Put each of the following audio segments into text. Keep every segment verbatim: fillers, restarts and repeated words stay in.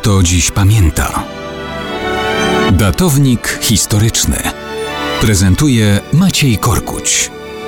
kto dziś pamięta. Datownik historyczny prezentuje Maciej Korkuć.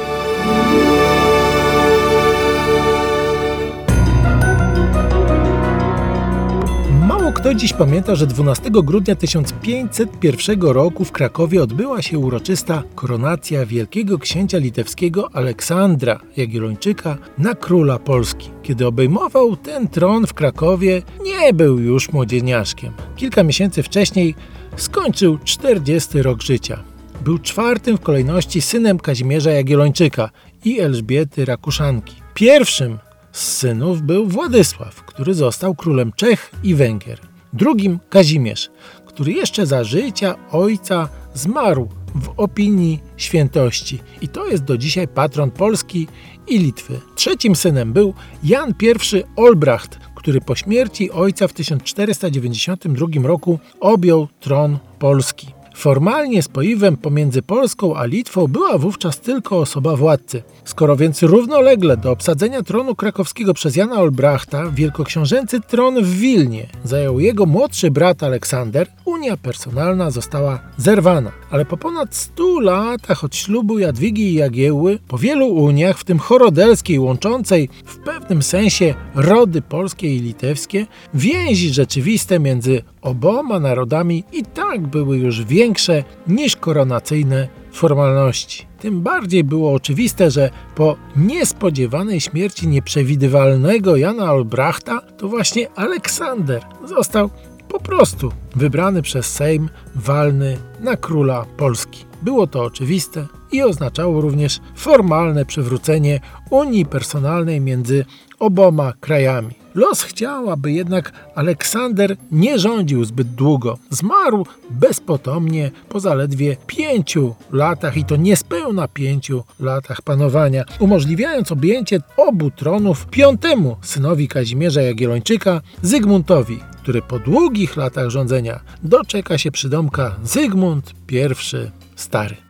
Mało kto dziś pamięta, że dwunastego grudnia tysiąc pięćset pierwszego roku w Krakowie odbyła się uroczysta koronacja wielkiego księcia litewskiego Aleksandra Jagiellończyka na króla Polski. Kiedy obejmował ten tron w Krakowie, nie był już młodzieniaszkiem. Kilka miesięcy wcześniej skończył czterdziesty rok życia. Był czwartym w kolejności synem Kazimierza Jagiellończyka i Elżbiety Rakuszanki. Pierwszym z synów był Władysław, który został królem Czech i Węgier. Drugim Kazimierz, który jeszcze za życia ojca zmarł w opinii świętości. I to jest do dzisiaj patron Polski i Litwy. Trzecim synem był Jan I Olbracht, który po śmierci ojca w tysiąc czterysta dziewięćdziesiątym drugim roku objął tron Polski. Formalnie spoiwem pomiędzy Polską a Litwą była wówczas tylko osoba władcy. Skoro więc równolegle do obsadzenia tronu krakowskiego przez Jana Olbrachta wielkoksiążęcy tron w Wilnie zajął jego młodszy brat Aleksander, unia personalna została zerwana. Ale po ponad stu latach od ślubu Jadwigi i Jagiełły, po wielu uniach, w tym chorodelskiej, łączącej w pewnym sensie rody polskie i litewskie, więzi rzeczywiste między oboma narodami i tak były już większe niż koronacyjne formalności. Tym bardziej było oczywiste, że po niespodziewanej śmierci nieprzewidywalnego Jana Olbrachta to właśnie Aleksander został po prostu wybrany przez Sejm walny na króla Polski. Było to oczywiste i oznaczało również formalne przywrócenie unii personalnej między oboma krajami. Los chciał, aby jednak Aleksander nie rządził zbyt długo. Zmarł bezpotomnie po zaledwie pięciu latach, i to niespełna pięciu latach panowania, umożliwiając objęcie obu tronów piątemu synowi Kazimierza Jagiellończyka, Zygmuntowi, który po długich latach rządzenia doczeka się przydomka Zygmunt I Stary.